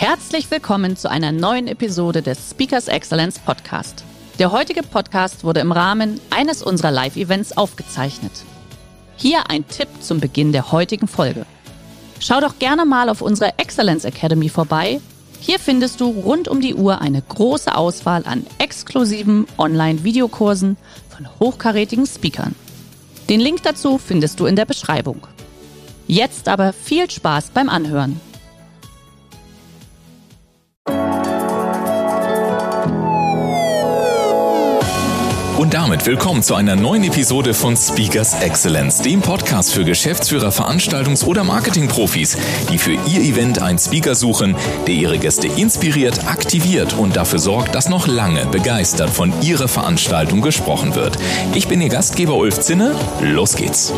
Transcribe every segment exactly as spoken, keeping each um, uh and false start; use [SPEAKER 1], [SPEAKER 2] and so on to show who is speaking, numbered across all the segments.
[SPEAKER 1] Herzlich willkommen zu einer neuen Episode des Speakers Excellence Podcast. Der heutige Podcast wurde im Rahmen eines unserer Live-Events aufgezeichnet. Hier ein Tipp zum Beginn der heutigen Folge. Schau doch gerne mal auf unserer Excellence Academy vorbei. Hier findest du rund um die Uhr eine große Auswahl an exklusiven Online-Videokursen von hochkarätigen Speakern. Den Link dazu findest du in der Beschreibung. Jetzt aber viel Spaß beim Anhören.
[SPEAKER 2] Und damit willkommen zu einer neuen Episode von Speakers Excellence, dem Podcast für Geschäftsführer, Veranstaltungs- oder Marketingprofis, die für ihr Event einen Speaker suchen, der ihre Gäste inspiriert, aktiviert und dafür sorgt, dass noch lange begeistert von ihrer Veranstaltung gesprochen wird. Ich bin Ihr Gastgeber Ulf Zinne. Los geht's!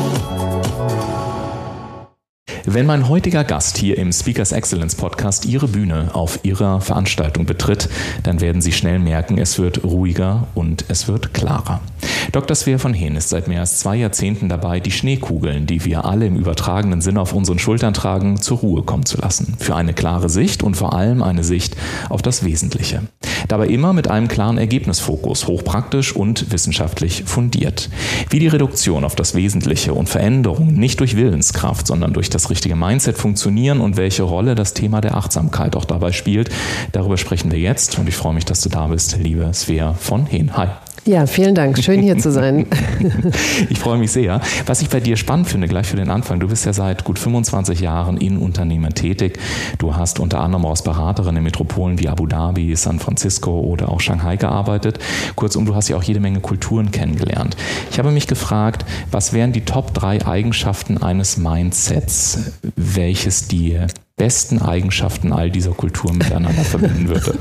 [SPEAKER 2] Wenn mein heutiger Gast hier im Speakers Excellence Podcast Ihre Bühne auf Ihrer Veranstaltung betritt, dann werden Sie schnell merken, es wird ruhiger und es wird klarer. Doktor Svea von Heen ist seit mehr als zwei Jahrzehnten dabei, die Schneekugeln, die wir alle im übertragenen Sinne auf unseren Schultern tragen, zur Ruhe kommen zu lassen. Für eine klare Sicht und vor allem eine Sicht auf das Wesentliche. Dabei immer mit einem klaren Ergebnisfokus, hochpraktisch und wissenschaftlich fundiert. Wie die Reduktion auf das Wesentliche und Veränderung nicht durch Willenskraft, sondern durch das richtige Mindset funktionieren und welche Rolle das Thema der Achtsamkeit auch dabei spielt, darüber sprechen wir jetzt und ich freue mich, dass du da bist, liebe Svea von Heen. Hi.
[SPEAKER 3] Ja, vielen Dank. Schön hier zu sein.
[SPEAKER 2] Ich freue mich sehr. Was ich bei dir spannend finde, gleich für den Anfang, du bist ja seit gut fünfundzwanzig Jahren in Unternehmen tätig. Du hast unter anderem als Beraterin in Metropolen wie Abu Dhabi, San Francisco oder auch Shanghai gearbeitet. Kurzum, du hast ja auch jede Menge Kulturen kennengelernt. Ich habe mich gefragt, was wären die Top drei Eigenschaften eines Mindsets, welches die besten Eigenschaften all dieser Kulturen miteinander verbinden würde?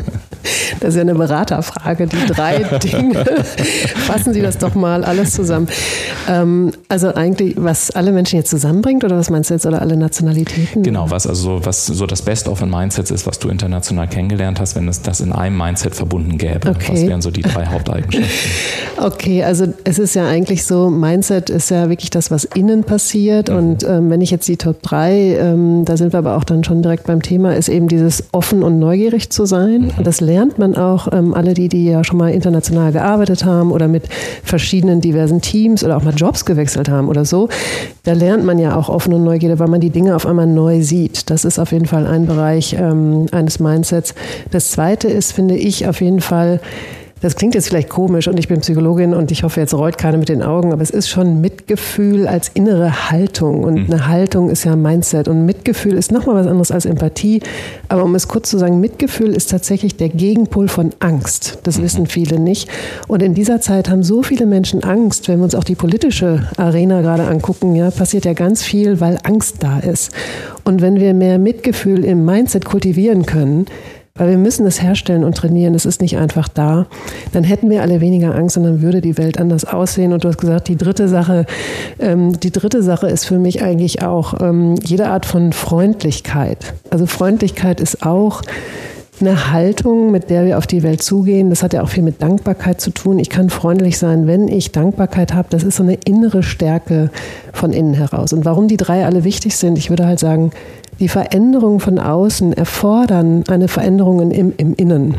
[SPEAKER 3] Das ist ja eine Beraterfrage, die drei Dinge. Fassen Sie das doch mal alles zusammen. Ähm, also eigentlich, was alle Menschen jetzt zusammenbringt, oder was meinst du jetzt, oder alle Nationalitäten?
[SPEAKER 2] Genau, was also was so das Best of ein Mindset ist, was du international kennengelernt hast, wenn es das in einem Mindset verbunden gäbe. Okay. Was wären so die drei Haupteigenschaften?
[SPEAKER 3] Okay, also es ist ja eigentlich so, Mindset ist ja wirklich das, was innen passiert. Mhm. Und ähm, wenn ich jetzt die Top drei, ähm, da sind wir aber auch dann schon direkt beim Thema, ist eben dieses offen und neugierig zu sein. Mhm. Und das lernt man auch, ähm, alle die, die ja schon mal international gearbeitet haben oder mit verschiedenen diversen Teams oder auch mal Jobs gewechselt haben oder so, da lernt man ja auch offen und neugierig, weil man die Dinge auf einmal neu sieht. Das ist auf jeden Fall ein Bereich ähm, eines Mindsets. Das zweite ist, finde ich, auf jeden Fall, das klingt jetzt vielleicht komisch und ich bin Psychologin und ich hoffe, jetzt rollt keiner mit den Augen, aber es ist schon Mitgefühl als innere Haltung und mhm. eine Haltung ist ja Mindset und Mitgefühl ist nochmal was anderes als Empathie, aber um es kurz zu sagen, Mitgefühl ist tatsächlich der Gegenpol von Angst. Das mhm. wissen viele nicht und in dieser Zeit haben so viele Menschen Angst, wenn wir uns auch die politische Arena gerade angucken, ja, passiert ja ganz viel, weil Angst da ist und wenn wir mehr Mitgefühl im Mindset kultivieren können, weil wir müssen es herstellen und trainieren, es ist nicht einfach da, dann hätten wir alle weniger Angst und dann würde die Welt anders aussehen. Und du hast gesagt, die dritte Sache, ähm, die dritte Sache ist für mich eigentlich auch ähm, jede Art von Freundlichkeit. Also Freundlichkeit ist auch eine Haltung, mit der wir auf die Welt zugehen. Das hat ja auch viel mit Dankbarkeit zu tun. Ich kann freundlich sein, wenn ich Dankbarkeit habe. Das ist so eine innere Stärke von innen heraus. Und warum die drei alle wichtig sind, ich würde halt sagen, die Veränderungen von außen erfordern eine Veränderung im, im Innen.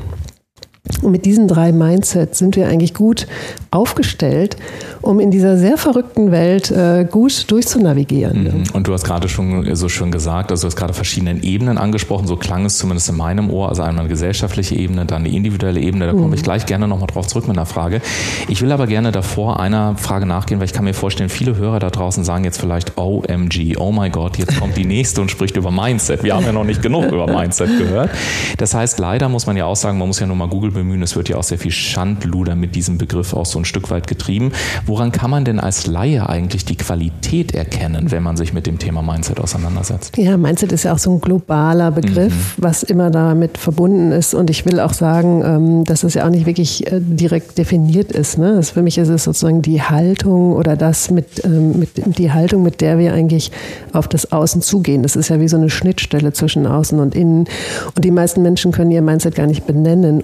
[SPEAKER 3] Und mit diesen drei Mindsets sind wir eigentlich gut aufgestellt, um in dieser sehr verrückten Welt äh, gut durchzunavigieren.
[SPEAKER 2] Und du hast gerade schon so schön gesagt, also du hast gerade verschiedene Ebenen angesprochen, so klang es zumindest in meinem Ohr, also einmal eine gesellschaftliche Ebene, dann eine individuelle Ebene, da komme mhm. ich gleich gerne nochmal drauf zurück mit einer Frage. Ich will aber gerne davor einer Frage nachgehen, weil ich kann mir vorstellen, viele Hörer da draußen sagen jetzt vielleicht O M G, oh my God, jetzt kommt die nächste und spricht über Mindset. Wir haben ja noch nicht genug über Mindset gehört. Das heißt, leider muss man ja auch sagen, man muss ja nur mal Google bemühen, es wird ja auch sehr viel Schandluder mit diesem Begriff auch so ein Stück weit getrieben. Woran kann man denn als Laie eigentlich die Qualität erkennen, wenn man sich mit dem Thema Mindset auseinandersetzt?
[SPEAKER 3] Ja, Mindset ist ja auch so ein globaler Begriff, mhm. was immer damit verbunden ist. Und ich will auch sagen, dass es ja auch nicht wirklich direkt definiert ist. Ne? Das für mich ist es sozusagen die Haltung oder das mit, mit die Haltung, mit der wir eigentlich auf das Außen zugehen. Das ist ja wie so eine Schnittstelle zwischen Außen und Innen. Und die meisten Menschen können ihr Mindset gar nicht benennen. Und es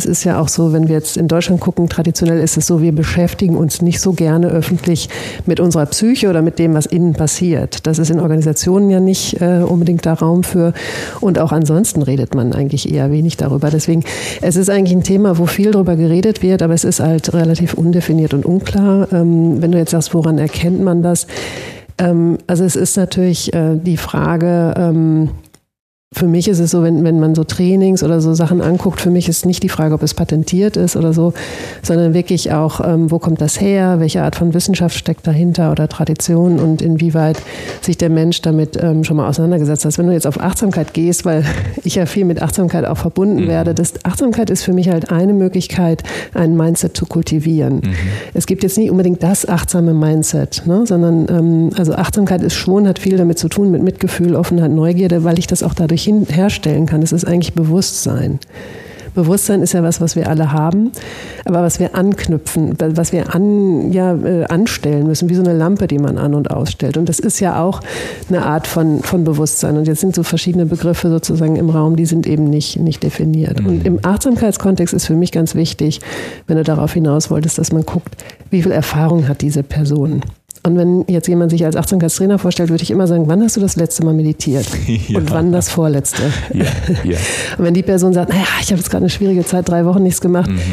[SPEAKER 3] es ist ja auch so, wenn wir jetzt in Deutschland gucken, traditionell ist es so, wir beschäftigen uns nicht so gerne öffentlich mit unserer Psyche oder mit dem, was innen passiert. Das ist in Organisationen ja nicht äh, unbedingt da Raum für. Und auch ansonsten redet man eigentlich eher wenig darüber. Deswegen, es ist eigentlich ein Thema, wo viel darüber geredet wird, aber es ist halt relativ undefiniert und unklar. Ähm, wenn du jetzt sagst, woran erkennt man das? Ähm, also es ist natürlich äh, die Frage, ähm, für mich ist es so, wenn, wenn man so Trainings oder so Sachen anguckt, für mich ist nicht die Frage, ob es patentiert ist oder so, sondern wirklich auch, ähm, wo kommt das her, welche Art von Wissenschaft steckt dahinter oder Tradition und inwieweit sich der Mensch damit ähm, schon mal auseinandergesetzt hat. Wenn du jetzt auf Achtsamkeit gehst, weil ich ja viel mit Achtsamkeit auch verbunden mhm. werde, das, Achtsamkeit ist für mich halt eine Möglichkeit, ein Mindset zu kultivieren. Mhm. Es gibt jetzt nicht unbedingt das achtsame Mindset, ne, sondern ähm, also Achtsamkeit ist schon, hat viel damit zu tun, mit Mitgefühl, Offenheit, Neugierde, weil ich das auch dadurch herstellen kann. Es ist eigentlich Bewusstsein. Bewusstsein ist ja was, was wir alle haben, aber was wir anknüpfen, was wir an, ja, äh, anstellen müssen, wie so eine Lampe, die man an- und ausstellt. Und das ist ja auch eine Art von, von Bewusstsein. Und jetzt sind so verschiedene Begriffe sozusagen im Raum, die sind eben nicht, nicht definiert. Mhm. Und im Achtsamkeitskontext ist für mich ganz wichtig, wenn du darauf hinaus wolltest, dass man guckt, wie viel Erfahrung hat diese Person. Und wenn jetzt jemand sich als Achtsamkeitstrainer vorstellt, würde ich immer sagen, wann hast du das letzte Mal meditiert? Ja. Und wann das vorletzte? Ja, ja. Und wenn die Person sagt, naja, ich habe jetzt gerade eine schwierige Zeit, drei Wochen nichts gemacht, mhm.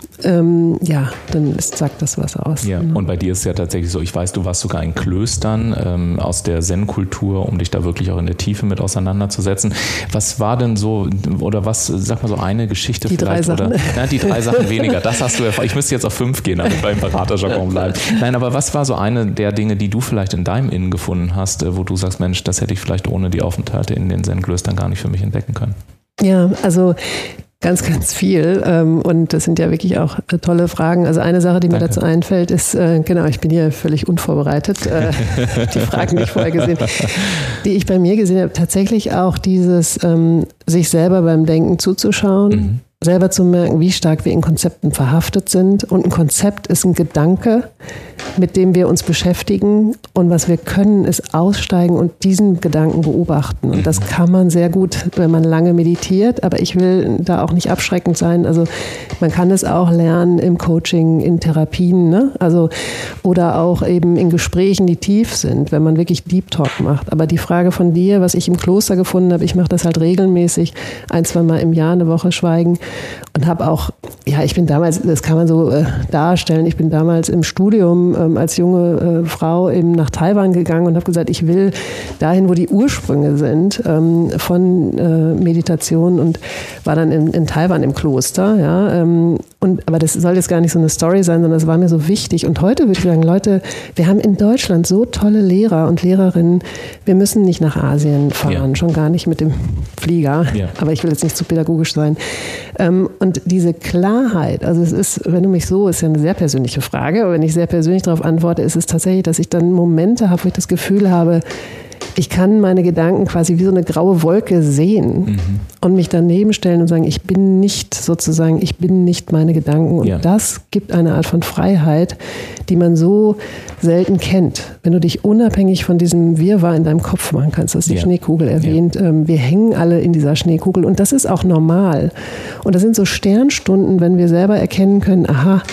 [SPEAKER 3] ähm, ja, dann ist, sagt das was aus.
[SPEAKER 2] Ja. Und bei dir ist es ja tatsächlich so, ich weiß, du warst sogar in Klöstern ähm, aus der Zen-Kultur, um dich da wirklich auch in der Tiefe mit auseinanderzusetzen. Was war denn so, oder was, sag mal so eine Geschichte
[SPEAKER 3] die
[SPEAKER 2] vielleicht?
[SPEAKER 3] Drei Sachen.
[SPEAKER 2] Oder, na, die drei Sachen weniger, das hast du erfahren. Ich müsste jetzt auf fünf gehen, damit beim Beraterjargon bleiben. Nein, aber was war so eine der Dinge, die du vielleicht in deinem Innen gefunden hast, wo du sagst, Mensch, das hätte ich vielleicht ohne die Aufenthalte in den Zen-Klöstern gar nicht für mich entdecken können?
[SPEAKER 3] Ja, also ganz, ganz viel. Und das sind ja wirklich auch tolle Fragen. Also eine Sache, die mir Danke. dazu einfällt, ist, genau, ich bin hier völlig unvorbereitet, die Fragen, die ich vorher gesehen habe, die ich bei mir gesehen habe, tatsächlich auch dieses, sich selber beim Denken zuzuschauen, mhm. selber zu merken, wie stark wir in Konzepten verhaftet sind. Und ein Konzept ist ein Gedanke, mit dem wir uns beschäftigen. Und was wir können, ist aussteigen und diesen Gedanken beobachten. Und das kann man sehr gut, wenn man lange meditiert. Aber ich will da auch nicht abschreckend sein. Also man kann es auch lernen im Coaching, in Therapien, ne? Also, oder auch eben in Gesprächen, die tief sind, wenn man wirklich Deep Talk macht. Aber die Frage von dir, was ich im Kloster gefunden habe, ich mache das halt regelmäßig, ein, zwei Mal im Jahr eine Woche schweigen. Und habe auch, ja, ich bin damals, das kann man so äh, darstellen, ich bin damals im Studium ähm, als junge äh, Frau eben nach Taiwan gegangen und habe gesagt, ich will dahin, wo die Ursprünge sind ähm, von äh, Meditation und war dann in, in Taiwan im Kloster, ja. Ähm, und, aber das soll jetzt gar nicht so eine Story sein, sondern das war mir so wichtig. Und heute würde ich sagen, Leute, wir haben in Deutschland so tolle Lehrer und Lehrerinnen, wir müssen nicht nach Asien fahren, ja. schon gar nicht mit dem Flieger, ja. aber ich will jetzt nicht zu pädagogisch sein. Ähm, Und diese Klarheit, also es ist, wenn du mich so, ist ja eine sehr persönliche Frage, aber wenn ich sehr persönlich darauf antworte, ist es tatsächlich, dass ich dann Momente habe, wo ich das Gefühl habe, ich kann meine Gedanken quasi wie so eine graue Wolke sehen mhm. und mich daneben stellen und sagen, ich bin nicht sozusagen, ich bin nicht meine Gedanken. Und ja. das gibt eine Art von Freiheit, die man so selten kennt. Wenn du dich unabhängig von diesem Wirrwarr in deinem Kopf machen kannst, du hast die ja. Schneekugel erwähnt, ja. wir hängen alle in dieser Schneekugel und das ist auch normal. Und das sind so Sternstunden, wenn wir selber erkennen können, aha,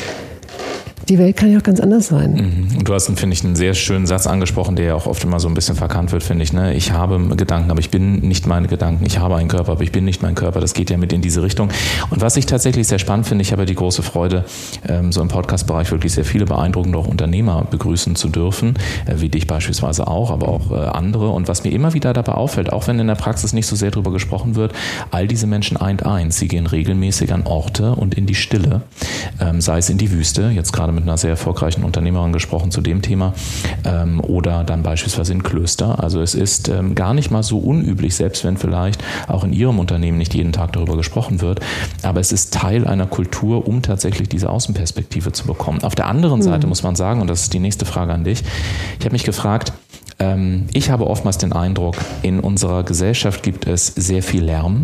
[SPEAKER 3] die Welt kann ja auch ganz anders sein.
[SPEAKER 2] Und du hast, finde ich, einen sehr schönen Satz angesprochen, der ja auch oft immer so ein bisschen verkannt wird, finde ich. Ne? Ich habe Gedanken, aber ich bin nicht meine Gedanken. Ich habe einen Körper, aber ich bin nicht mein Körper. Das geht ja mit in diese Richtung. Und was ich tatsächlich sehr spannend finde, ich habe die große Freude, so im Podcast-Bereich wirklich sehr viele beeindruckende auch Unternehmer begrüßen zu dürfen, wie dich beispielsweise auch, aber auch andere. Und was mir immer wieder dabei auffällt, auch wenn in der Praxis nicht so sehr darüber gesprochen wird, all diese Menschen eint eins. Sie gehen regelmäßig an Orte und in die Stille, sei es in die Wüste, jetzt gerade mit mit einer sehr erfolgreichen Unternehmerin gesprochen zu dem Thema ähm, oder dann beispielsweise in Klöster. Also es ist ähm, gar nicht mal so unüblich, selbst wenn vielleicht auch in Ihrem Unternehmen nicht jeden Tag darüber gesprochen wird, aber es ist Teil einer Kultur, um tatsächlich diese Außenperspektive zu bekommen. Auf der anderen Seite mhm. muss man sagen, und das ist die nächste Frage an dich, ich habe mich gefragt, ähm, ich habe oftmals den Eindruck, in unserer Gesellschaft gibt es sehr viel Lärm.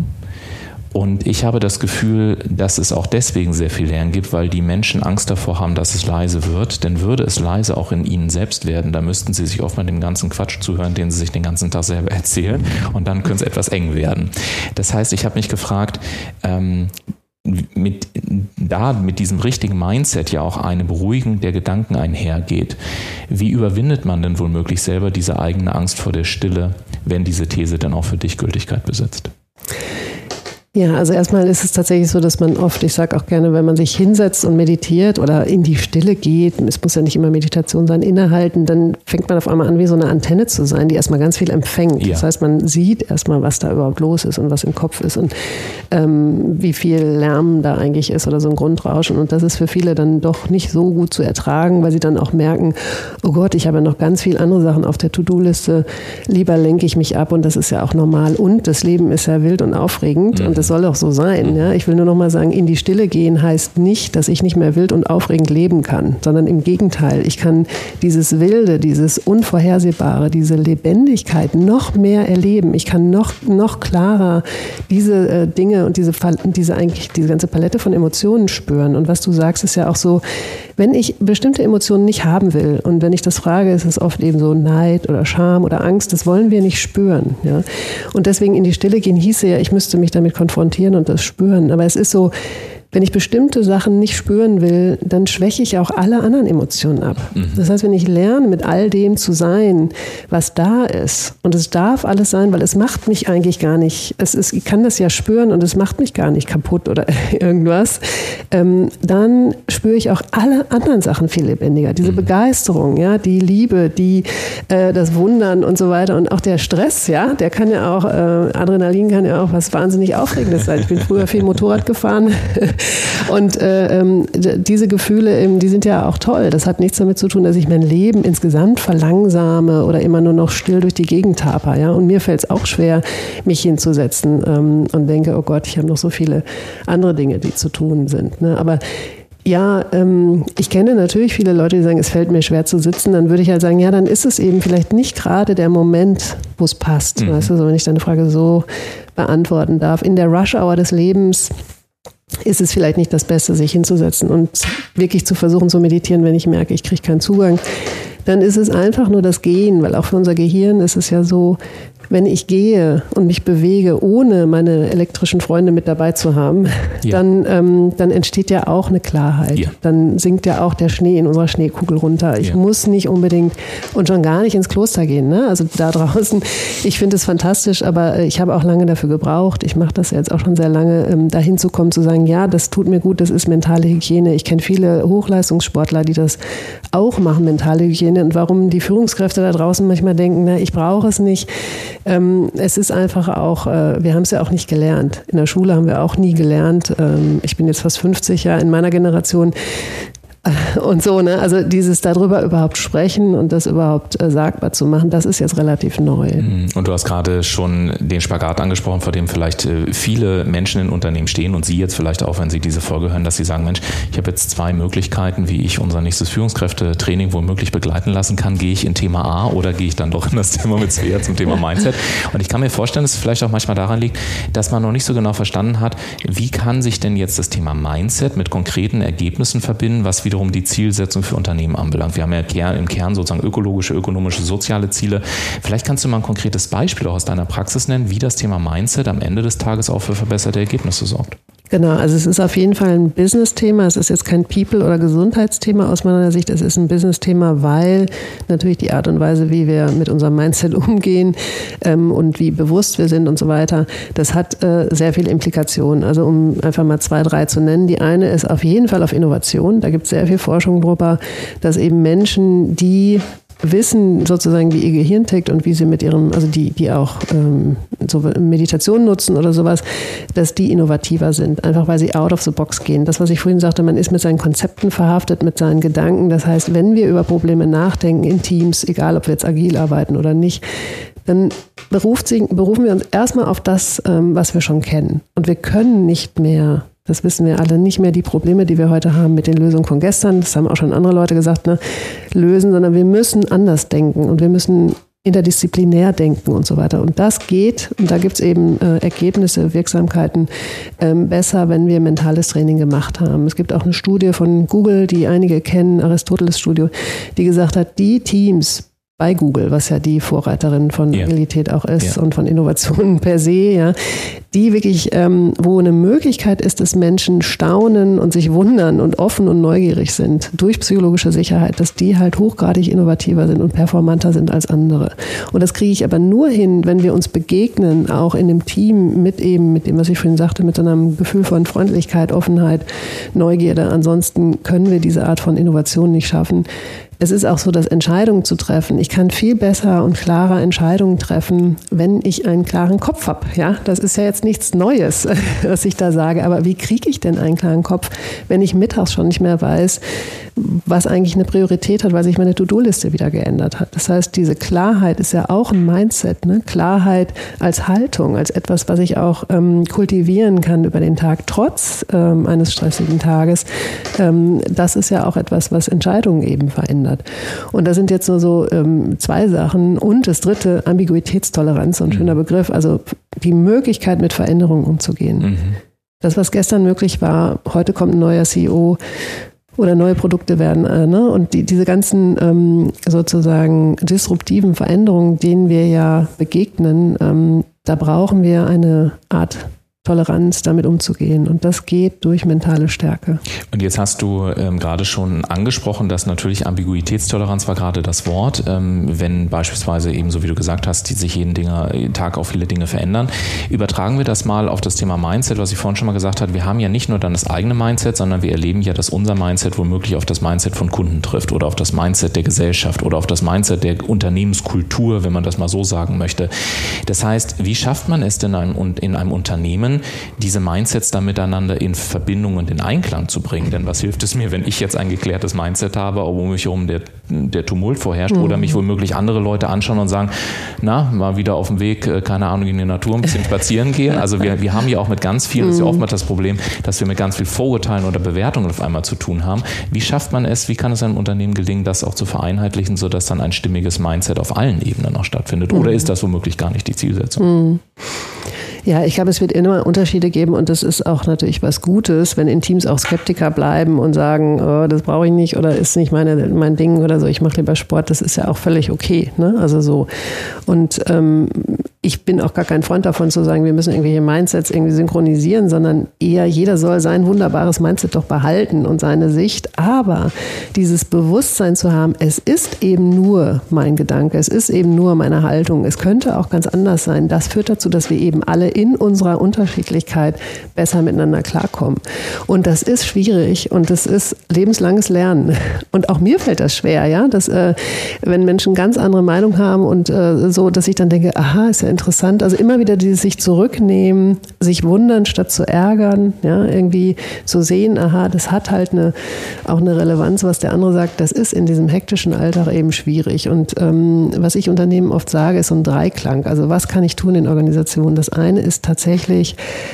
[SPEAKER 2] Und ich habe das Gefühl, dass es auch deswegen sehr viel Lärm gibt, weil die Menschen Angst davor haben, dass es leise wird. Denn würde es leise auch in ihnen selbst werden, dann müssten sie sich oft mal dem ganzen Quatsch zuhören, den sie sich den ganzen Tag selber erzählen. Und dann könnte es etwas eng werden. Das heißt, ich habe mich gefragt, ähm, mit, da mit diesem richtigen Mindset ja auch eine Beruhigung der Gedanken einhergeht. Wie überwindet man denn womöglich selber diese eigene Angst vor der Stille, wenn diese These dann auch für dich Gültigkeit besitzt?
[SPEAKER 3] Ja, also erstmal ist es tatsächlich so, dass man oft, ich sage auch gerne, wenn man sich hinsetzt und meditiert oder in die Stille geht, es muss ja nicht immer Meditation sein, innehalten, dann fängt man auf einmal an, wie so eine Antenne zu sein, die erstmal ganz viel empfängt. Ja. Das heißt, man sieht erstmal, was da überhaupt los ist und was im Kopf ist und ähm, wie viel Lärm da eigentlich ist oder so ein Grundrauschen. Und das ist für viele dann doch nicht so gut zu ertragen, weil sie dann auch merken, oh Gott, ich habe ja noch ganz viele andere Sachen auf der To-Do-Liste, lieber lenke ich mich ab und das ist ja auch normal. Und das Leben ist ja wild und aufregend mhm. und das soll auch so sein. Ja? Ich will nur noch mal sagen, in die Stille gehen heißt nicht, dass ich nicht mehr wild und aufregend leben kann, sondern im Gegenteil. Ich kann dieses Wilde, dieses Unvorhersehbare, diese Lebendigkeit noch mehr erleben. Ich kann noch, noch klarer diese äh, Dinge und diese, diese, eigentlich, diese ganze Palette von Emotionen spüren. Und was du sagst, ist ja auch so, wenn ich bestimmte Emotionen nicht haben will und wenn ich das frage, ist es oft eben so Neid oder Scham oder Angst, das wollen wir nicht spüren. Ja? Und deswegen in die Stille gehen hieße ja, ich müsste mich damit konfrontieren und das spüren. Aber es ist so, wenn ich bestimmte Sachen nicht spüren will, dann schwäche ich auch alle anderen Emotionen ab. Mhm. Das heißt, wenn ich lerne, mit all dem zu sein, was da ist, und es darf alles sein, weil es macht mich eigentlich gar nicht, es ist, ich kann das ja spüren und es macht mich gar nicht kaputt oder irgendwas, ähm, dann spüre ich auch alle anderen Sachen viel lebendiger. Diese mhm. Begeisterung, ja, die Liebe, die, äh, das Wundern und so weiter und auch der Stress, ja, der kann ja auch, äh, Adrenalin kann ja auch was wahnsinnig Aufregendes sein. Ich bin früher viel Motorrad gefahren. Und äh, diese Gefühle, eben, die sind ja auch toll. Das hat nichts damit zu tun, dass ich mein Leben insgesamt verlangsame oder immer nur noch still durch die Gegend taper. Ja? Und mir fällt es auch schwer, mich hinzusetzen ähm, und denke, oh Gott, ich habe noch so viele andere Dinge, die zu tun sind. Ne? Aber ja, ähm, ich kenne natürlich viele Leute, die sagen, es fällt mir schwer zu sitzen. Dann würde ich halt sagen, ja, dann ist es eben vielleicht nicht gerade der Moment, wo es passt. Mhm. Weißt du, so, wenn ich deine Frage so beantworten darf. In der Rush-Hour des Lebens ist es vielleicht nicht das Beste, sich hinzusetzen und wirklich zu versuchen zu meditieren, wenn ich merke, ich kriege keinen Zugang. Dann ist es einfach nur das Gehen, weil auch für unser Gehirn ist es ja so, wenn ich gehe und mich bewege, ohne meine elektrischen Freunde mit dabei zu haben, ja. dann, ähm, dann entsteht ja auch eine Klarheit. Ja. Dann sinkt ja auch der Schnee in unserer Schneekugel runter. Ich ja. muss nicht unbedingt und schon gar nicht ins Kloster gehen. Ne? Also da draußen, ich finde es fantastisch, aber ich habe auch lange dafür gebraucht. Ich mache das jetzt auch schon sehr lange, ähm, dahin zu kommen, zu sagen, ja, das tut mir gut, das ist mentale Hygiene. Ich kenne viele Hochleistungssportler, die das auch machen, mentale Hygiene. Und warum die Führungskräfte da draußen manchmal denken, na, ich brauche es nicht. Ähm, es ist einfach auch, äh, wir haben es ja auch nicht gelernt. In der Schule haben wir auch nie gelernt. Ähm, ich bin jetzt fast fünfzig, ja, in meiner Generation. Und so, ne? Also dieses darüber überhaupt sprechen und das überhaupt äh, sagbar zu machen, das ist jetzt relativ neu.
[SPEAKER 2] Und du hast gerade schon den Spagat angesprochen, vor dem vielleicht äh, viele Menschen in Unternehmen stehen und Sie jetzt vielleicht auch, wenn Sie diese Folge hören, dass Sie sagen, Mensch, ich habe jetzt zwei Möglichkeiten, wie ich unser nächstes Führungskräftetraining womöglich begleiten lassen kann. Gehe ich in Thema A oder gehe ich dann doch in das Thema mit Svea zum Thema Mindset? Und ich kann mir vorstellen, dass es vielleicht auch manchmal daran liegt, dass man noch nicht so genau verstanden hat, wie kann sich denn jetzt das Thema Mindset mit konkreten Ergebnissen verbinden, was wiederum die Zielsetzung für Unternehmen anbelangt. Wir haben ja im Kern sozusagen ökologische, ökonomische, soziale Ziele. Vielleicht kannst du mal ein konkretes Beispiel auch aus deiner Praxis nennen, wie das Thema Mindset am Ende des Tages auch für verbesserte Ergebnisse sorgt.
[SPEAKER 3] Genau, also es ist auf jeden Fall ein Business-Thema. Es ist jetzt kein People- oder Gesundheitsthema aus meiner Sicht. Es ist ein Business-Thema, weil natürlich die Art und Weise, wie wir mit unserem Mindset umgehen ähm, und wie bewusst wir sind und so weiter, das hat äh, sehr viele Implikationen. Also um einfach mal zwei, drei zu nennen. Die eine ist auf jeden Fall auf Innovation. Da gibt es sehr viel Forschung drüber, dass eben Menschen, die wissen sozusagen, wie ihr Gehirn tickt und wie sie mit ihrem, also die, die auch ähm, so Meditation nutzen oder sowas, dass die innovativer sind, einfach weil sie out of the box gehen. Das, was ich vorhin sagte, man ist mit seinen Konzepten verhaftet, mit seinen Gedanken. Das heißt, wenn wir über Probleme nachdenken in Teams, egal ob wir jetzt agil arbeiten oder nicht, dann beruft sie, berufen wir uns erstmal auf das, ähm, was wir schon kennen. Und wir können nicht mehr, das wissen wir alle, nicht mehr die Probleme, die wir heute haben mit den Lösungen von gestern, das haben auch schon andere Leute gesagt, ne, lösen, sondern wir müssen anders denken und wir müssen interdisziplinär denken und so weiter. Und das geht, und da gibt es eben äh, Ergebnisse, Wirksamkeiten, ähm, besser, wenn wir mentales Training gemacht haben. Es gibt auch eine Studie von Google, die einige kennen, Aristoteles-Studio, die gesagt hat, die Teams bei Google, was ja die Vorreiterin von ja. Agilität auch ist ja. und von Innovationen per se, ja, die wirklich, ähm, wo eine Möglichkeit ist, dass Menschen staunen und sich wundern und offen und neugierig sind durch psychologische Sicherheit, dass die halt hochgradig innovativer sind und performanter sind als andere. Und das kriege ich aber nur hin, wenn wir uns begegnen, auch in dem Team mit eben, mit dem, was ich vorhin sagte, mit so einem Gefühl von Freundlichkeit, Offenheit, Neugierde. Ansonsten können wir diese Art von Innovation nicht schaffen. Es ist auch so, dass Entscheidungen zu treffen. Ich kann viel besser und klarer Entscheidungen treffen, wenn ich einen klaren Kopf habe. Ja, das ist ja jetzt nichts Neues, was ich da sage. Aber wie kriege ich denn einen klaren Kopf, wenn ich mittags schon nicht mehr weiß, was eigentlich eine Priorität hat, weil sich meine To-Do-Liste wieder geändert hat? Das heißt, diese Klarheit ist ja auch ein Mindset, ne? Klarheit als Haltung, als etwas, was ich auch ähm, kultivieren kann über den Tag, trotz ähm, eines stressigen Tages. Ähm, das ist ja auch etwas, was Entscheidungen eben verändert. Und da sind jetzt nur so ähm, zwei Sachen. Und das dritte, Ambiguitätstoleranz, so ein mhm. schöner Begriff, also die Möglichkeit, mit Veränderungen umzugehen. Mhm. Das, was gestern möglich war, heute kommt ein neuer C E O oder neue Produkte werden, äh, ne? Und die, diese ganzen ähm, sozusagen disruptiven Veränderungen, denen wir ja begegnen, ähm, da brauchen wir eine Art Toleranz, damit umzugehen. Und das geht durch mentale Stärke.
[SPEAKER 2] Und jetzt hast du ähm, gerade schon angesprochen, dass natürlich Ambiguitätstoleranz war gerade das Wort, ähm, wenn beispielsweise eben, so wie du gesagt hast, die sich jeden Dinger, Tag auch viele Dinge verändern. Übertragen wir das mal auf das Thema Mindset, was ich vorhin schon mal gesagt habe. Wir haben ja nicht nur dann das eigene Mindset, sondern wir erleben ja, dass unser Mindset womöglich auf das Mindset von Kunden trifft oder auf das Mindset der Gesellschaft oder auf das Mindset der Unternehmenskultur, wenn man das mal so sagen möchte. Das heißt, wie schafft man es denn in einem, in einem Unternehmen, diese Mindsets da miteinander in Verbindung und in Einklang zu bringen? Denn was hilft es mir, wenn ich jetzt ein geklärtes Mindset habe, aber um mich herum der, der Tumult vorherrscht mhm. oder mich womöglich andere Leute anschauen und sagen, na, mal wieder auf dem Weg, keine Ahnung, in die Natur ein bisschen spazieren gehen. Also wir, wir haben ja auch mit ganz viel, das ist ja oftmals das Problem, dass wir mit ganz viel Vorurteilen oder Bewertungen auf einmal zu tun haben. Wie schafft man es, wie kann es einem Unternehmen gelingen, das auch zu vereinheitlichen, sodass dann ein stimmiges Mindset auf allen Ebenen auch stattfindet? Oder mhm. ist das womöglich gar nicht die Zielsetzung?
[SPEAKER 3] Mhm. Ja, ich glaube, es wird immer Unterschiede geben und das ist auch natürlich was Gutes, wenn in Teams auch Skeptiker bleiben und sagen, oh, das brauche ich nicht oder ist nicht meine, mein Ding oder so, ich mache lieber Sport, das ist ja auch völlig okay, ne? Also so. Und ähm, ich bin auch gar kein Freund davon zu sagen, wir müssen irgendwelche Mindsets irgendwie synchronisieren, sondern eher jeder soll sein wunderbares Mindset doch behalten und seine Sicht. Aber dieses Bewusstsein zu haben, es ist eben nur mein Gedanke, es ist eben nur meine Haltung, es könnte auch ganz anders sein, das führt dazu, dass wir eben alle in unserer Unterschiedlichkeit besser miteinander klarkommen. Und das ist schwierig und das ist lebenslanges Lernen. Und auch mir fällt das schwer, ja, dass äh, wenn Menschen ganz andere Meinung haben und äh, so, dass ich dann denke, aha, ist ja interessant. Also immer wieder dieses sich zurücknehmen, sich wundern statt zu ärgern, ja, irgendwie so sehen, aha, das hat halt eine, auch eine Relevanz, was der andere sagt, das ist in diesem hektischen Alltag eben schwierig. Und ähm, was ich Unternehmen oft sage, ist so ein Dreiklang. Also was kann ich tun in Organisationen? Das eine ist tatsächlich,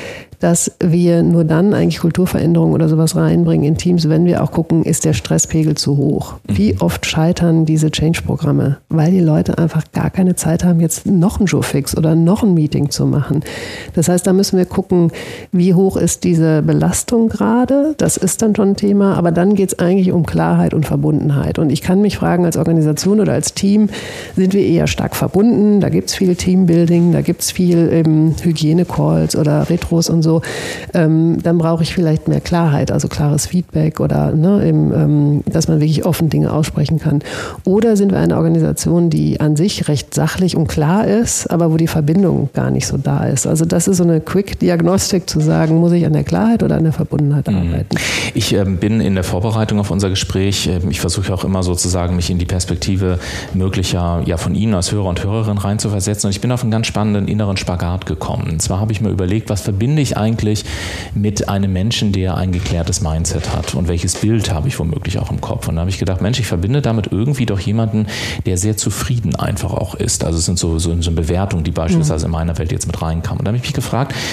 [SPEAKER 3] dass wir nur dann eigentlich Kulturveränderungen oder sowas reinbringen in Teams, wenn wir auch gucken, ist der Stresspegel zu hoch? Wie oft scheitern diese Change-Programme? Weil die Leute einfach gar keine Zeit haben, jetzt noch ein Showfix oder noch ein Meeting zu machen. Das heißt, da müssen wir gucken, wie hoch ist diese Belastung gerade? Das ist dann schon ein Thema, aber dann geht es eigentlich um Klarheit und Verbundenheit. Und ich kann mich fragen, als Organisation oder als Team, sind wir eher stark verbunden? Da gibt es viel Teambuilding, da gibt es viel eben Hygiene-Calls oder Retros und so. Ähm, dann brauche ich vielleicht mehr Klarheit, also klares Feedback oder ne, eben, ähm, dass man wirklich offen Dinge aussprechen kann. Oder sind wir eine Organisation, die an sich recht sachlich und klar ist, aber wo die Verbindung gar nicht so da ist. Also das ist so eine Quick-Diagnostik zu sagen, muss ich an der Klarheit oder an der Verbundenheit arbeiten?
[SPEAKER 2] Ich äh, bin in der Vorbereitung auf unser Gespräch, äh, ich versuche auch immer sozusagen, mich in die Perspektive möglicher, ja von Ihnen als Hörer und Hörerin reinzuversetzen. Und ich bin auf einen ganz spannenden inneren Spagat gekommen. Und zwar habe ich mir überlegt, was verbinde ich eigentlich mit einem Menschen, der ein geklärtes Mindset hat und welches Bild habe ich womöglich auch im Kopf. Und da habe ich gedacht, Mensch, ich verbinde damit irgendwie doch jemanden, der sehr zufrieden einfach auch ist. Also es sind so, so, so Bewertungen, die beispielsweise in meiner Welt jetzt mit reinkamen. Und da habe ich mich gefragt,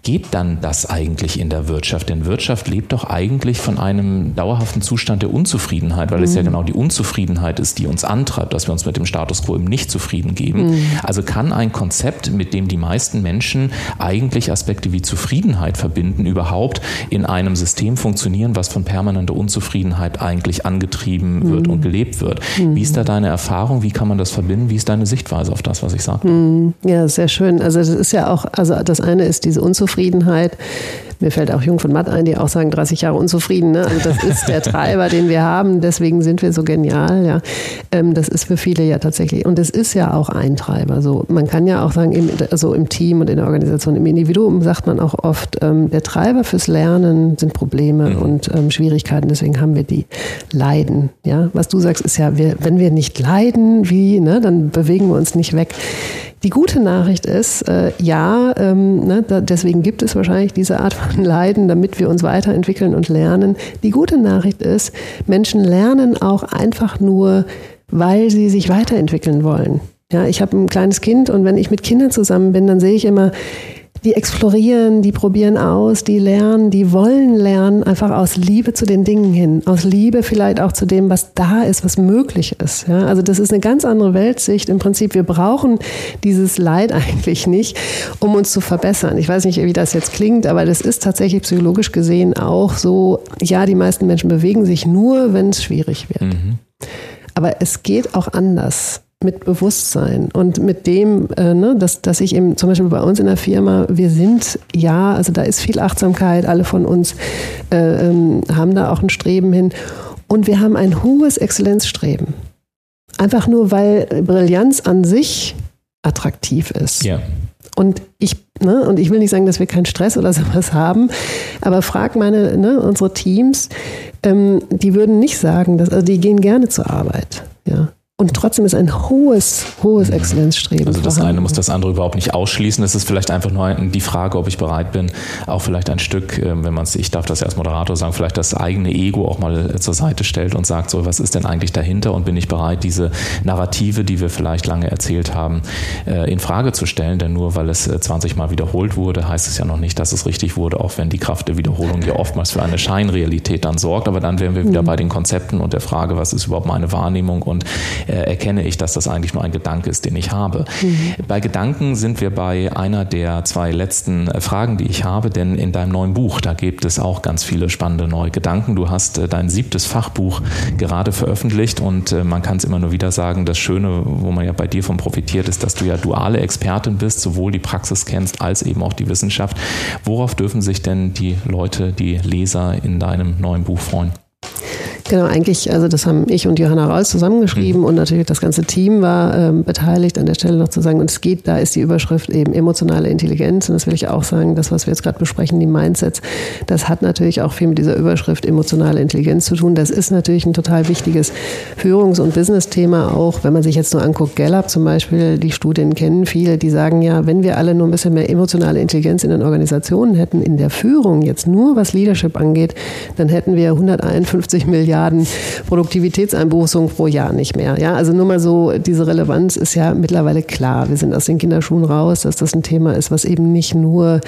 [SPEAKER 2] geht dann das eigentlich in der Wirtschaft? Denn Wirtschaft lebt doch eigentlich von einem dauerhaften Zustand der Unzufriedenheit, weil mhm. es ja genau die Unzufriedenheit ist, die uns antreibt, dass wir uns mit dem Status quo eben nicht zufrieden geben. Mhm. Also kann ein Konzept, mit dem die meisten Menschen eigentlich Aspekte wie Zufriedenheit verbinden, überhaupt in einem System funktionieren, was von permanenter Unzufriedenheit eigentlich angetrieben mhm. wird und gelebt wird? Mhm. Wie ist da deine Erfahrung? Wie kann man das verbinden? Wie ist deine Sichtweise auf das, was ich sage?
[SPEAKER 3] Mhm. Ja, sehr schön. Also das ist ja auch, also das eine ist diese Unzufriedenheit. Mir fällt auch Jung von Matt ein, die auch sagen, dreißig Jahre unzufrieden. Ne? Also das ist der Treiber, den wir haben. Deswegen sind wir so genial. Ja, ähm, das ist für viele ja tatsächlich. Und es ist ja auch ein Treiber. So, man kann ja auch sagen, im, also im Team und in der Organisation, im Individuum sagt man auch oft, ähm, der Treiber fürs Lernen sind Probleme mhm. und ähm, Schwierigkeiten. Deswegen haben wir die Leiden. Ja, was du sagst, ist ja, wir, wenn wir nicht leiden, wie, ne, dann bewegen wir uns nicht weg. Die gute Nachricht ist, äh, ja, ähm, ne, da, deswegen gibt es wahrscheinlich diese Art von Leiden, damit wir uns weiterentwickeln und lernen. Die gute Nachricht ist, Menschen lernen auch einfach nur, weil sie sich weiterentwickeln wollen. Ja, ich habe ein kleines Kind und wenn ich mit Kindern zusammen bin, dann sehe ich immer, die explorieren, die probieren aus, die lernen, die wollen lernen, einfach aus Liebe zu den Dingen hin, aus Liebe vielleicht auch zu dem, was da ist, was möglich ist. Ja, also das ist eine ganz andere Weltsicht. Im Prinzip, wir brauchen dieses Leid eigentlich nicht, um uns zu verbessern. Ich weiß nicht, wie das jetzt klingt, aber das ist tatsächlich psychologisch gesehen auch so, ja, die meisten Menschen bewegen sich nur, wenn es schwierig wird. Mhm. Aber es geht auch anders. Mit Bewusstsein und mit dem, äh, ne, dass, dass ich eben zum Beispiel bei uns in der Firma, wir sind, ja, also da ist viel Achtsamkeit, alle von uns äh, ähm, haben da auch ein Streben hin und wir haben ein hohes Exzellenzstreben. Einfach nur, weil Brillanz an sich attraktiv ist. Ja. Und ich, ne, und ich will nicht sagen, dass wir keinen Stress oder sowas haben, aber frag meine, ne, unsere Teams, ähm, die würden nicht sagen, dass, also die gehen gerne zur Arbeit, ja. Und trotzdem ist ein hohes, hohes Exzellenzstreben.
[SPEAKER 2] Also das vorhanden. Eine muss das andere überhaupt nicht ausschließen. Es ist vielleicht einfach nur die Frage, ob ich bereit bin, auch vielleicht ein Stück, wenn man es, ich darf das ja als Moderator sagen, vielleicht das eigene Ego auch mal zur Seite stellt und sagt, so, was ist denn eigentlich dahinter? Und bin ich bereit, diese Narrative, die wir vielleicht lange erzählt haben, in Frage zu stellen? Denn nur weil es zwanzig Mal wiederholt wurde, heißt es ja noch nicht, dass es richtig wurde, auch wenn die Kraft der Wiederholung ja oftmals für eine Scheinrealität dann sorgt. Aber dann wären wir wieder mhm. bei den Konzepten und der Frage, was ist überhaupt meine Wahrnehmung und erkenne ich, dass das eigentlich nur ein Gedanke ist, den ich habe. Mhm. Bei Gedanken sind wir bei einer der zwei letzten Fragen, die ich habe, denn in deinem neuen Buch, da gibt es auch ganz viele spannende neue Gedanken. Du hast dein siebtes Fachbuch gerade veröffentlicht und man kann es immer nur wieder sagen, das Schöne, wo man ja bei dir von profitiert, ist, dass du ja duale Expertin bist, sowohl die Praxis kennst als eben auch die Wissenschaft. Worauf dürfen sich denn die Leute, die Leser in deinem neuen Buch freuen?
[SPEAKER 3] Genau, eigentlich, also das haben ich und Johanna Rauls zusammengeschrieben mhm. und natürlich das ganze Team war ähm, beteiligt, an der Stelle noch zu sagen, und es geht, da ist die Überschrift eben emotionale Intelligenz und das will ich auch sagen, das, was wir jetzt gerade besprechen, die Mindsets, das hat natürlich auch viel mit dieser Überschrift emotionale Intelligenz zu tun. Das ist natürlich ein total wichtiges Führungs- und Business-Thema auch, wenn man sich jetzt nur anguckt, Gallup zum Beispiel, die Studien kennen viele, die sagen ja, wenn wir alle nur ein bisschen mehr emotionale Intelligenz in den Organisationen hätten, in der Führung, jetzt nur was Leadership angeht, dann hätten wir hunderteinundfünfzig Milliarden Produktivitätseinbußung pro Jahr nicht mehr. Ja, also nur mal so, diese Relevanz ist ja mittlerweile klar. Wir sind aus den Kinderschuhen raus, dass das ein Thema ist, was eben nicht nur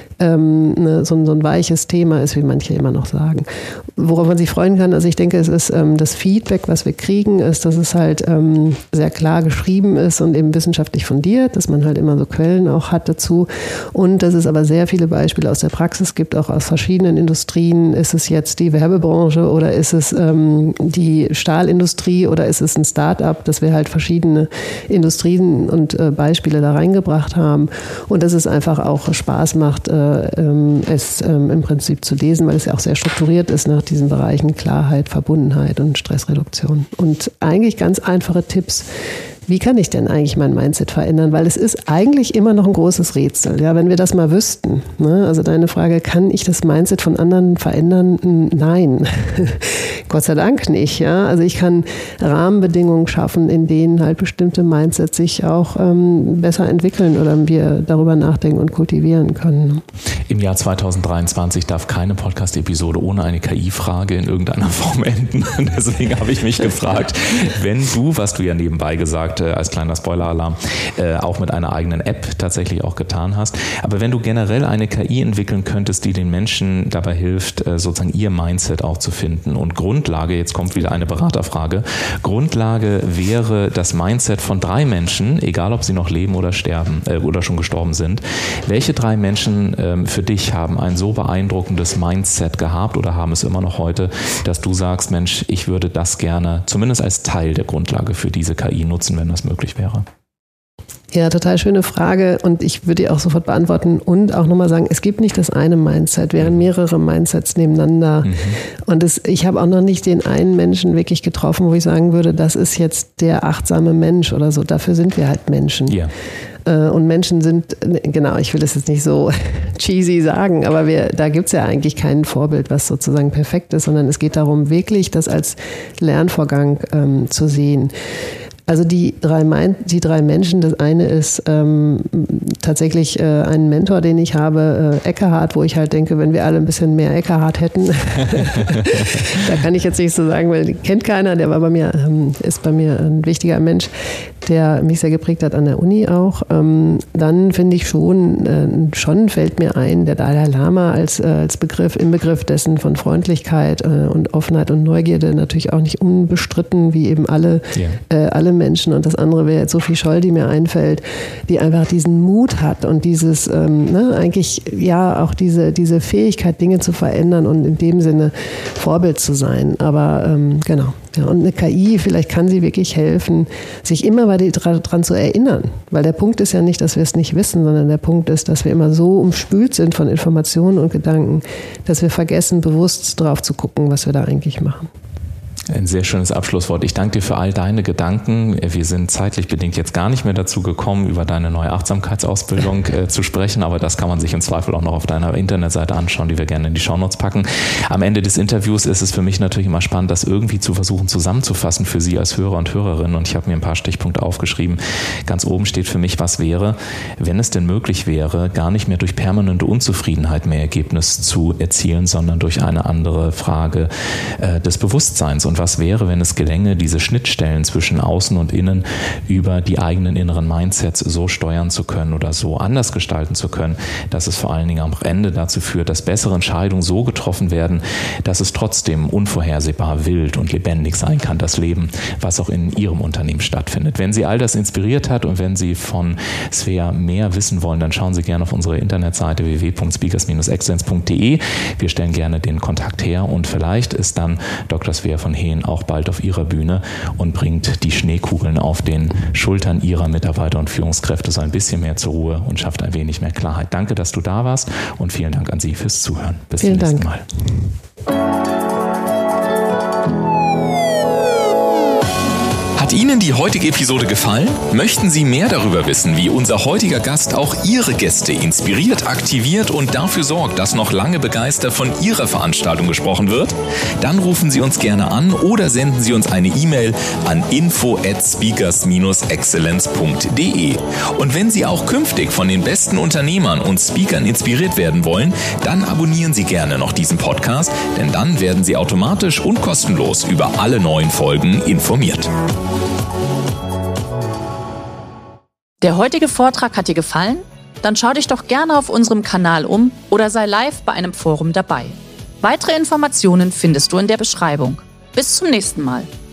[SPEAKER 3] ähm, ne, so, ein, so ein weiches Thema ist, wie manche immer noch sagen. Worauf man sich freuen kann, also ich denke, es ist ähm, das Feedback, was wir kriegen, ist, dass es halt ähm, sehr klar geschrieben ist und eben wissenschaftlich fundiert, dass man halt immer so Quellen auch hat dazu und dass es aber sehr viele Beispiele aus der Praxis gibt, auch aus verschiedenen Industrien. Ist es jetzt die Werbebranche oder ist es ähm, die Stahlindustrie oder ist es ein Start-up, dass wir halt verschiedene Industrien und äh, Beispiele da reingebracht haben und dass es einfach auch Spaß macht, äh, es ähm, im Prinzip zu lesen, weil es ja auch sehr strukturiert ist nach diesen Bereichen Klarheit, Verbundenheit und Stressreduktion. Und eigentlich ganz einfache Tipps. Wie kann ich denn eigentlich mein Mindset verändern? Weil es ist eigentlich immer noch ein großes Rätsel, ja, wenn wir das mal wüssten. Ne? Also deine Frage, kann ich das Mindset von anderen verändern? Nein, Gott sei Dank nicht. Ja? Also ich kann Rahmenbedingungen schaffen, in denen halt bestimmte Mindsets sich auch ähm, besser entwickeln oder wir darüber nachdenken und kultivieren können.
[SPEAKER 2] Im Jahr zweitausenddreiundzwanzig darf keine Podcast-Episode ohne eine K I-Frage in irgendeiner Form enden. Deswegen habe ich mich gefragt, wenn du, was du ja nebenbei gesagt gesagt, äh, als kleiner Spoiler-Alarm, äh, auch mit einer eigenen App tatsächlich auch getan hast. Aber wenn du generell eine K I entwickeln könntest, die den Menschen dabei hilft, äh, sozusagen ihr Mindset auch zu finden und Grundlage, jetzt kommt wieder eine Beraterfrage, Grundlage wäre das Mindset von drei Menschen, egal ob sie noch leben oder sterben äh, oder schon gestorben sind. Welche drei Menschen ähm, für dich haben ein so beeindruckendes Mindset gehabt oder haben es immer noch heute, dass du sagst, Mensch, ich würde das gerne zumindest als Teil der Grundlage für diese K I nutzen, wenn das möglich wäre?
[SPEAKER 3] Ja, total schöne Frage und ich würde die auch sofort beantworten und auch nochmal sagen, es gibt nicht das eine Mindset, wären mehrere Mindsets nebeneinander mhm. und es, ich habe auch noch nicht den einen Menschen wirklich getroffen, wo ich sagen würde, das ist jetzt der achtsame Mensch oder so, dafür sind wir halt Menschen. Ja. Und Menschen sind, genau, ich will das jetzt nicht so cheesy sagen, aber wir, da gibt's ja eigentlich kein Vorbild, was sozusagen perfekt ist, sondern es geht darum, wirklich das als Lernvorgang ähm, zu sehen. Also die drei, die drei Menschen, das eine ist ähm, tatsächlich äh, ein Mentor, den ich habe, äh, Eckhart, wo ich halt denke, wenn wir alle ein bisschen mehr Eckhart hätten, da kann ich jetzt nicht so sagen, weil den kennt keiner, der war bei mir, ähm, ist bei mir ein wichtiger Mensch, der mich sehr geprägt hat an der Uni auch. Ähm, dann finde ich schon, äh, schon fällt mir ein, der Dalai Lama als, äh, als Begriff, im Begriff dessen von Freundlichkeit äh, und Offenheit und Neugierde natürlich auch nicht unbestritten, wie eben alle, yeah. äh, alle Menschen. Und das andere wäre jetzt Sophie Scholl, die mir einfällt, die einfach diesen Mut hat und dieses, ähm, ne, eigentlich ja auch diese, diese Fähigkeit, Dinge zu verändern und in dem Sinne Vorbild zu sein. Aber ähm, genau. Ja, und eine K I, vielleicht kann sie wirklich helfen, sich immer bei daran zu erinnern. Weil der Punkt ist ja nicht, dass wir es nicht wissen, sondern der Punkt ist, dass wir immer so umspült sind von Informationen und Gedanken, dass wir vergessen, bewusst drauf zu gucken, was wir da eigentlich machen.
[SPEAKER 2] Ein sehr schönes Abschlusswort. Ich danke dir für all deine Gedanken. Wir sind zeitlich bedingt jetzt gar nicht mehr dazu gekommen, über deine neue Achtsamkeitsausbildung äh, zu sprechen, aber das kann man sich im Zweifel auch noch auf deiner Internetseite anschauen, die wir gerne in die Shownotes packen. Am Ende des Interviews ist es für mich natürlich immer spannend, das irgendwie zu versuchen zusammenzufassen für Sie als Hörer und Hörerinnen, und ich habe mir ein paar Stichpunkte aufgeschrieben. Ganz oben steht für mich, was wäre, wenn es denn möglich wäre, gar nicht mehr durch permanente Unzufriedenheit mehr Ergebnis zu erzielen, sondern durch eine andere Frage äh, des Bewusstseins. Und was wäre, wenn es gelänge, diese Schnittstellen zwischen Außen und Innen über die eigenen inneren Mindsets so steuern zu können oder so anders gestalten zu können, dass es vor allen Dingen am Ende dazu führt, dass bessere Entscheidungen so getroffen werden, dass es trotzdem unvorhersehbar wild und lebendig sein kann, das Leben, was auch in Ihrem Unternehmen stattfindet. Wenn Sie all das inspiriert hat und wenn Sie von Svea mehr wissen wollen, dann schauen Sie gerne auf unsere Internetseite w w w punkt speakers Bindestrich excellence punkt d e. Wir stellen gerne den Kontakt her und vielleicht ist dann Doktor Svea von Heen auch bald auf ihrer Bühne und bringt die Schneekugeln auf den Schultern ihrer Mitarbeiter und Führungskräfte so ein bisschen mehr zur Ruhe und schafft ein wenig mehr Klarheit. Danke, dass du da warst und vielen Dank an Sie fürs Zuhören. Bis zum nächsten Mal. Hat Ihnen die heutige Episode gefallen? Möchten Sie mehr darüber wissen, wie unser heutiger Gast auch Ihre Gäste inspiriert, aktiviert und dafür sorgt, dass noch lange begeistert von Ihrer Veranstaltung gesprochen wird? Dann rufen Sie uns gerne an oder senden Sie uns eine E-Mail an info at speakers Bindestrich excellence punkt d e. Und wenn Sie auch künftig von den besten Unternehmern und Speakern inspiriert werden wollen, dann abonnieren Sie gerne noch diesen Podcast, denn dann werden Sie automatisch und kostenlos über alle neuen Folgen informiert.
[SPEAKER 1] Der heutige Vortrag hat dir gefallen? Dann schau dich doch gerne auf unserem Kanal um oder sei live bei einem Forum dabei. Weitere Informationen findest du in der Beschreibung. Bis zum nächsten Mal.